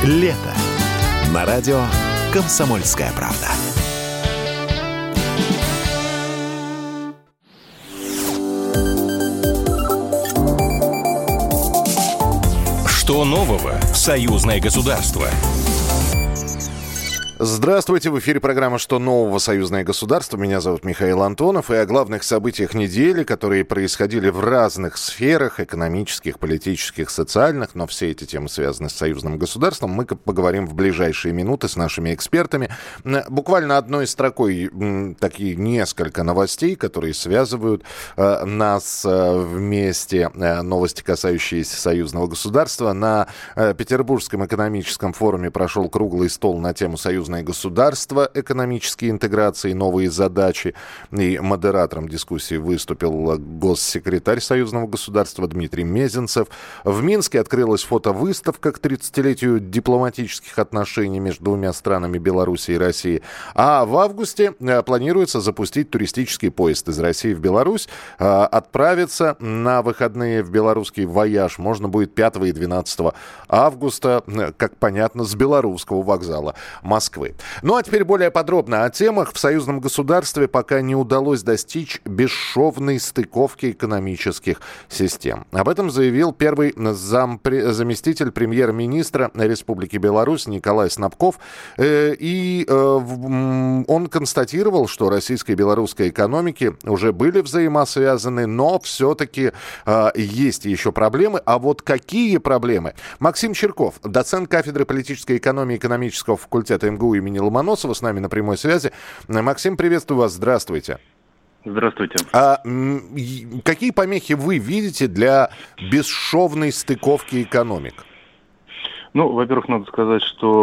Лето. На радио «Комсомольская правда». Что нового в союзное государство? Здравствуйте, в эфире программа «Что нового? Союзное государство». Меня зовут Михаил Антонов. И о главных событиях недели, которые происходили в разных сферах, экономических, политических, социальных, но все эти темы связаны с союзным государством, мы поговорим в ближайшие минуты с нашими экспертами. Буквально одной строкой такие несколько новостей, которые связывают нас вместе. Новости, касающиеся союзного государства. На Петербургском экономическом форуме прошел круглый стол на тему союзного государства, экономические интеграции, новые задачи. И модератором дискуссии выступил госсекретарь союзного государства Дмитрий Мезенцев. В Минске открылась фотовыставка к 30-летию дипломатических отношений между двумя странами Беларуси и России. А в августе планируется запустить туристический поезд из России в Беларусь. Отправиться на выходные в белорусский вояж можно будет 5 и 12 августа, как понятно, с белорусского вокзала Москвы. Ну а теперь более подробно о темах. В союзном государстве пока не удалось достичь бесшовной стыковки экономических систем. Об этом заявил первый заместитель премьер-министра Республики Беларусь Николай Снабков. Он констатировал, что российская и белорусская экономики уже были взаимосвязаны, но все-таки есть еще проблемы. А вот какие проблемы? Максим Чирков, доцент кафедры политической экономии экономического факультета МГУ имени Ломоносова, с нами на прямой связи. Максим, приветствую вас. Здравствуйте. Здравствуйте. Какие помехи вы видите для бесшовной стыковки экономик? Ну, во-первых, надо сказать,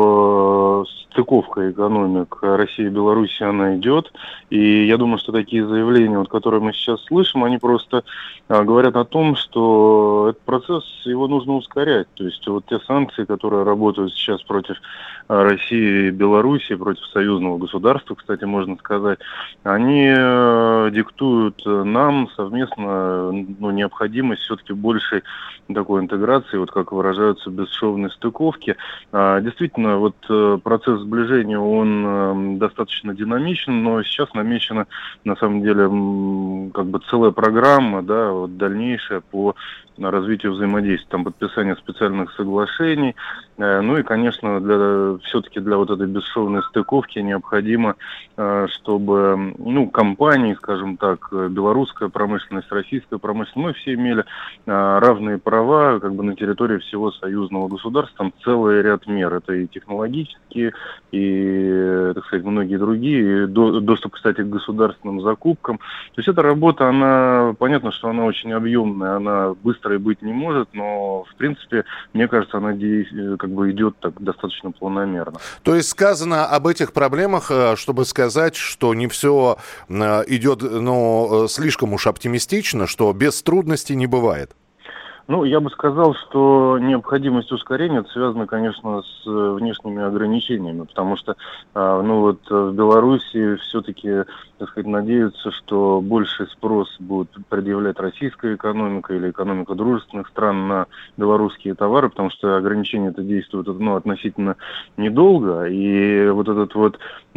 что стыковка экономик России и Беларуси, она идет. И я думаю, что такие заявления, вот, которые мы сейчас слышим, они просто говорят о том, что этот процесс, его нужно ускорять. То есть вот те санкции, которые работают сейчас против России и Беларуси, против союзного государства, кстати, можно сказать, они диктуют нам совместно необходимость все-таки большей такой интеграции, вот как выражаются, бесшовной стыковки. Действительно, вот процесс сближения, он достаточно динамичен, но сейчас намечена, на самом деле, как бы целая программа, да, вот дальнейшая по развитию взаимодействия, там подписание специальных соглашений. Ну и, конечно, все-таки для вот этой бесшовной стыковки необходимо, чтобы, компании, скажем так, белорусская промышленность, российская промышленность, мы все имели равные права, как бы на территории всего союзного государства, там целый ряд мер. Это и технологические, и, так сказать, многие другие, и доступ, кстати, к государственным закупкам. То есть эта работа, она, понятно, что она очень объемная, она быстрой быть не может, но, в принципе, мне кажется, она как бы идет так достаточно планомерно. То есть сказано об этих проблемах, чтобы сказать, что не все идет, слишком уж оптимистично, что без трудностей не бывает. Ну, я бы сказал, что необходимость ускорения связана, конечно, с внешними ограничениями, потому что, в Беларуси все-таки, так сказать, надеются, что больший спрос будет предъявлять российская экономика или экономика дружественных стран на белорусские товары, потому что ограничения это действуют, относительно недолго, и вот этот вот,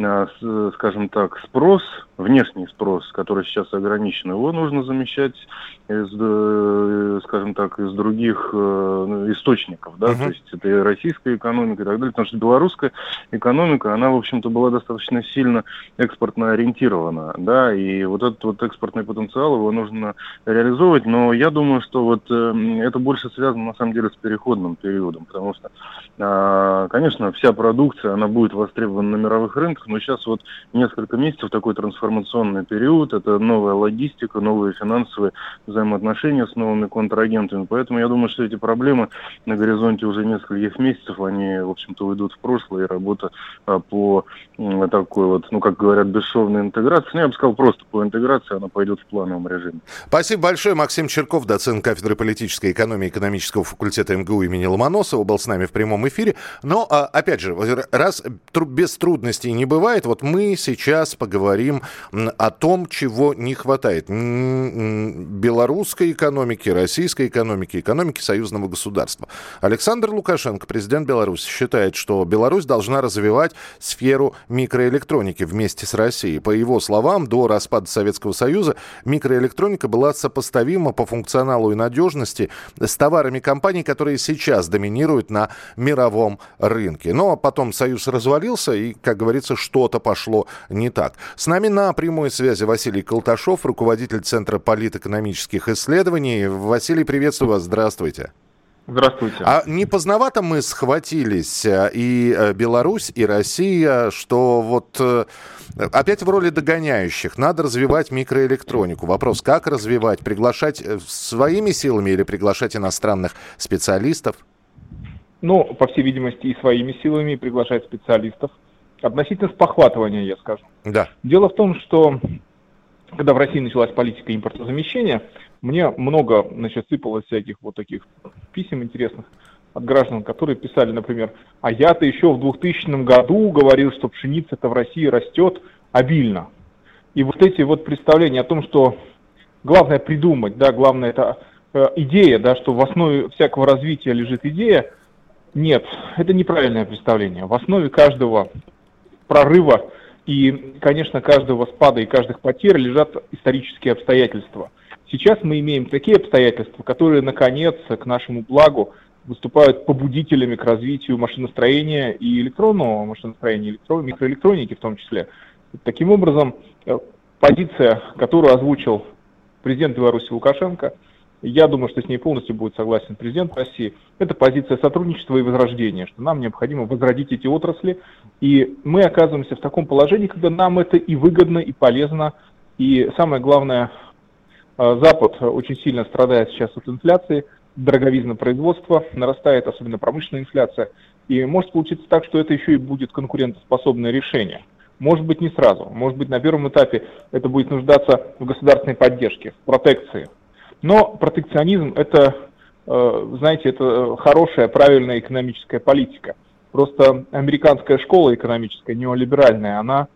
скажем так, спрос, внешний спрос, который сейчас ограничен, его нужно замещать из других источников, да, то есть это и российская экономика и так далее, потому что белорусская экономика, она, в общем-то, была достаточно сильно экспортно ориентирована, да, и вот этот вот экспортный потенциал, его нужно реализовывать, но я думаю, что вот это больше связано, на самом деле, с переходным периодом, потому что, конечно, вся продукция, она будет востребована на мировых рынках, но сейчас вот несколько месяцев такой трансформационный период, это новая логистика, новые финансовые взаимоотношения с новыми контрагентами. Поэтому я думаю, что эти проблемы на горизонте уже нескольких месяцев, они, в общем-то, уйдут в прошлое, и работа по такой вот, как говорят, бесшовной интеграции, я бы сказал, просто по интеграции она пойдет в плановом режиме. Спасибо большое. Максим Чирков, доцент кафедры политической экономии экономического факультета МГУ имени Ломоносова, был с нами в прямом эфире. Но, опять же, раз без трудностей не бывает, вот мы сейчас поговорим о том, чего не хватает белорусской экономики, российской экономики, экономики союзного государства. Александр Лукашенко, президент Беларуси, считает, что Беларусь должна развивать сферу микроэлектроники вместе с Россией. По его словам, до распада Советского Союза микроэлектроника была сопоставима по функционалу и надежности с товарами компаний, которые сейчас доминируют на мировом рынке. Но потом Союз развалился, и, как говорится, что-то пошло не так. С нами на прямой связи Василий Колташов, руководитель Центра политэкономических исследований. Василий, приветствую вас. Здравствуйте. Здравствуйте. А не поздновато мы схватились, и Беларусь, и Россия, что вот опять в роли догоняющих надо развивать микроэлектронику. Вопрос, как развивать? Приглашать своими силами или приглашать иностранных специалистов? Ну, по всей видимости, и своими силами, и приглашать специалистов. Относительно спохватывания, я скажу. Да. Дело в том, что когда в России началась политика импортозамещения, мне много, сыпалось всяких вот таких писем интересных от граждан, которые писали, например, а я-то еще в 2000 году говорил, что пшеница-то в России растет обильно. И вот эти вот представления о том, что главное придумать, да, главное это идея, да, что в основе всякого развития лежит идея, нет, это неправильное представление. В основе каждого прорыва и, конечно, каждого спада и каждых потерь лежат исторические обстоятельства. Сейчас мы имеем такие обстоятельства, которые, наконец, к нашему благу выступают побудителями к развитию машиностроения и электронного машиностроения, микроэлектроники в том числе. Таким образом, позиция, которую озвучил президент Беларуси Лукашенко, я думаю, что с ней полностью будет согласен президент России, это позиция сотрудничества и возрождения, что нам необходимо возродить эти отрасли, и мы оказываемся в таком положении, когда нам это и выгодно, и полезно, и самое главное, Запад очень сильно страдает сейчас от инфляции, дороговизна производства, нарастает особенно промышленная инфляция, и может получиться так, что это еще и будет конкурентоспособное решение. Может быть, не сразу, может быть, на первом этапе это будет нуждаться в государственной поддержке, в протекции. Но протекционизм это, знаете, это хорошая, правильная экономическая политика. Просто американская школа экономическая, неолиберальная, она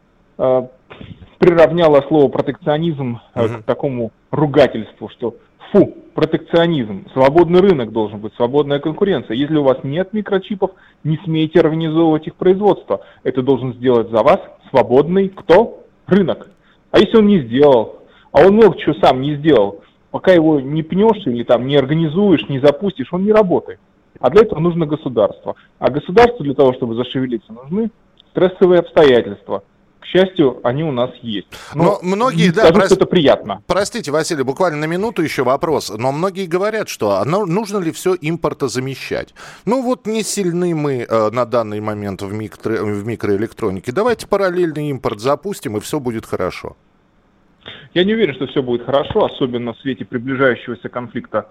приравняла слово протекционизм к такому ругательству, что фу, протекционизм, свободный рынок должен быть, свободная конкуренция. Если у вас нет микрочипов, не смейте организовывать их производство. Это должен сделать за вас свободный кто? Рынок. А если он не сделал, а он много чего сам не сделал, пока его не пнешь или там не организуешь, не запустишь, он не работает. А для этого нужно государство. А государству для того, чтобы зашевелиться, нужны стрессовые обстоятельства. К счастью, они у нас есть. Но многие, да, скажу, что это приятно. Простите, Василий, буквально на минуту еще вопрос. Но многие говорят, что нужно ли все импортозамещать. Ну вот не сильны мы на данный момент в микроэлектронике. Давайте параллельный импорт запустим, и все будет хорошо. Я не уверен, что все будет хорошо, особенно в свете приближающегося конфликта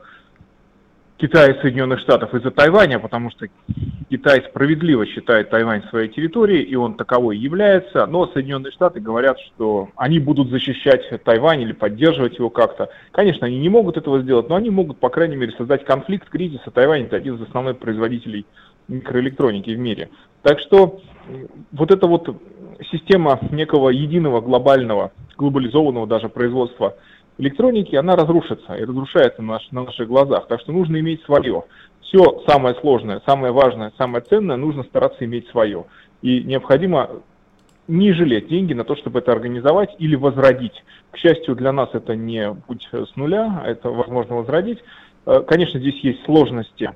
Китая и Соединенных Штатов из-за Тайваня, потому что Китай справедливо считает Тайвань своей территорией, и он таковой является, но Соединенные Штаты говорят, что они будут защищать Тайвань или поддерживать его как-то. Конечно, они не могут этого сделать, но они могут, по крайней мере, создать конфликт, кризис, а Тайвань – это один из основных производителей микроэлектроники в мире. Так что вот эта вот система некого единого глобального, глобализованного даже производства электроники, она разрушится и разрушается на наших глазах. Так что нужно иметь свое. Все самое сложное, самое важное, самое ценное нужно стараться иметь свое. И необходимо не жалеть деньги на то, чтобы это организовать или возродить. К счастью, для нас это не путь с нуля, это возможно возродить. Конечно, здесь есть сложности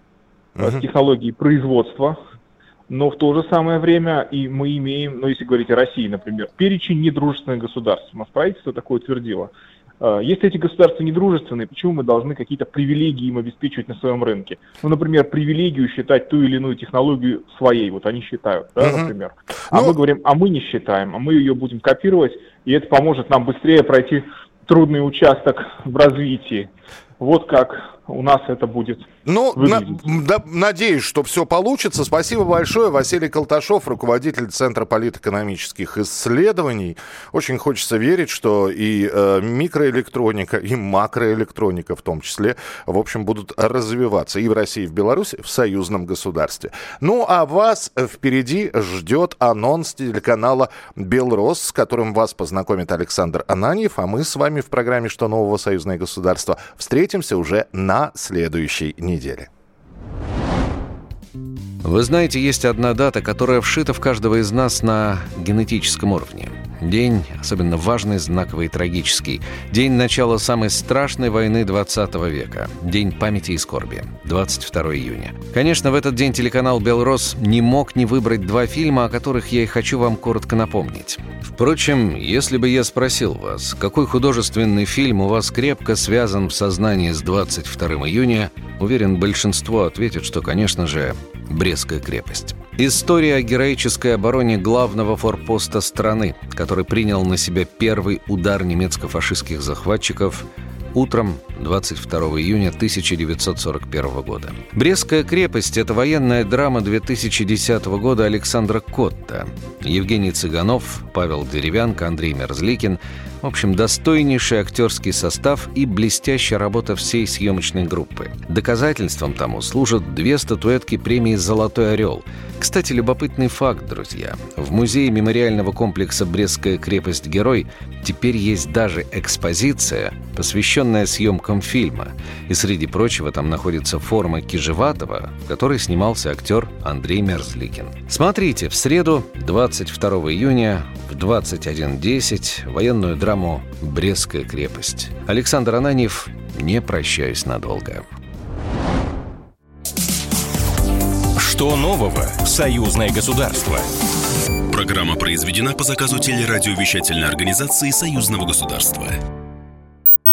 с технологией производства, но в то же самое время и мы имеем, ну если говорить о России, например, перечень недружественных государств. У нас правительство такое утвердило. Если эти государства недружественные, почему мы должны какие-то привилегии им обеспечивать на своем рынке? Ну, например, привилегию считать ту или иную технологию своей, вот они считают, да, например. А мы говорим, а мы не считаем, а мы ее будем копировать, и это поможет нам быстрее пройти трудный участок в развитии. Вот как у нас это будет Ну, надеюсь, что все получится. Спасибо большое. Василий Колташов, руководитель Центра политэкономических исследований. Очень хочется верить, что и микроэлектроника, и макроэлектроника в том числе, в общем, будут развиваться и в России, и в Беларуси, в союзном государстве. Ну, а вас впереди ждет анонс телеканала «Белрос», с которым вас познакомит Александр Ананьев, а мы с вами в программе «Что нового? Союзное государство» встретимся уже на следующей неделе. Вы знаете, есть одна дата, которая вшита в каждого из нас на генетическом уровне. День особенно важный, знаковый и трагический. День начала самой страшной войны 20 века. День памяти и скорби. 22 июня. Конечно, в этот день телеканал «Белрос» не мог не выбрать два фильма, о которых я и хочу вам коротко напомнить. Впрочем, если бы я спросил вас, какой художественный фильм у вас крепко связан в сознании с 22 июня, уверен, большинство ответит, что, конечно же, «Брестская крепость». История о героической обороне главного форпоста страны, который принял на себя первый удар немецко-фашистских захватчиков утром 22 июня 1941 года. «Брестская крепость» — это военная драма 2010 года Александра Котта. Евгений Цыганов, Павел Деревянко, Андрей Мерзликин. В общем, достойнейший актерский состав и блестящая работа всей съемочной группы. Доказательством тому служат 2 статуэтки премии «Золотой орел». Кстати, любопытный факт, друзья. В музее мемориального комплекса «Брестская крепость-герой» теперь есть даже экспозиция, посвященная съемкам фильма. И, среди прочего, там находится форма Кижеватова, в которой снимался актер Андрей Мерзликин. Смотрите, в среду, 22 июня в 21:10 военную драму «Брестская крепость». Александр Ананьев, не прощаюсь надолго. Что нового? Союзное государство. Программа произведена по заказу телерадиовещательной организации Союзного государства.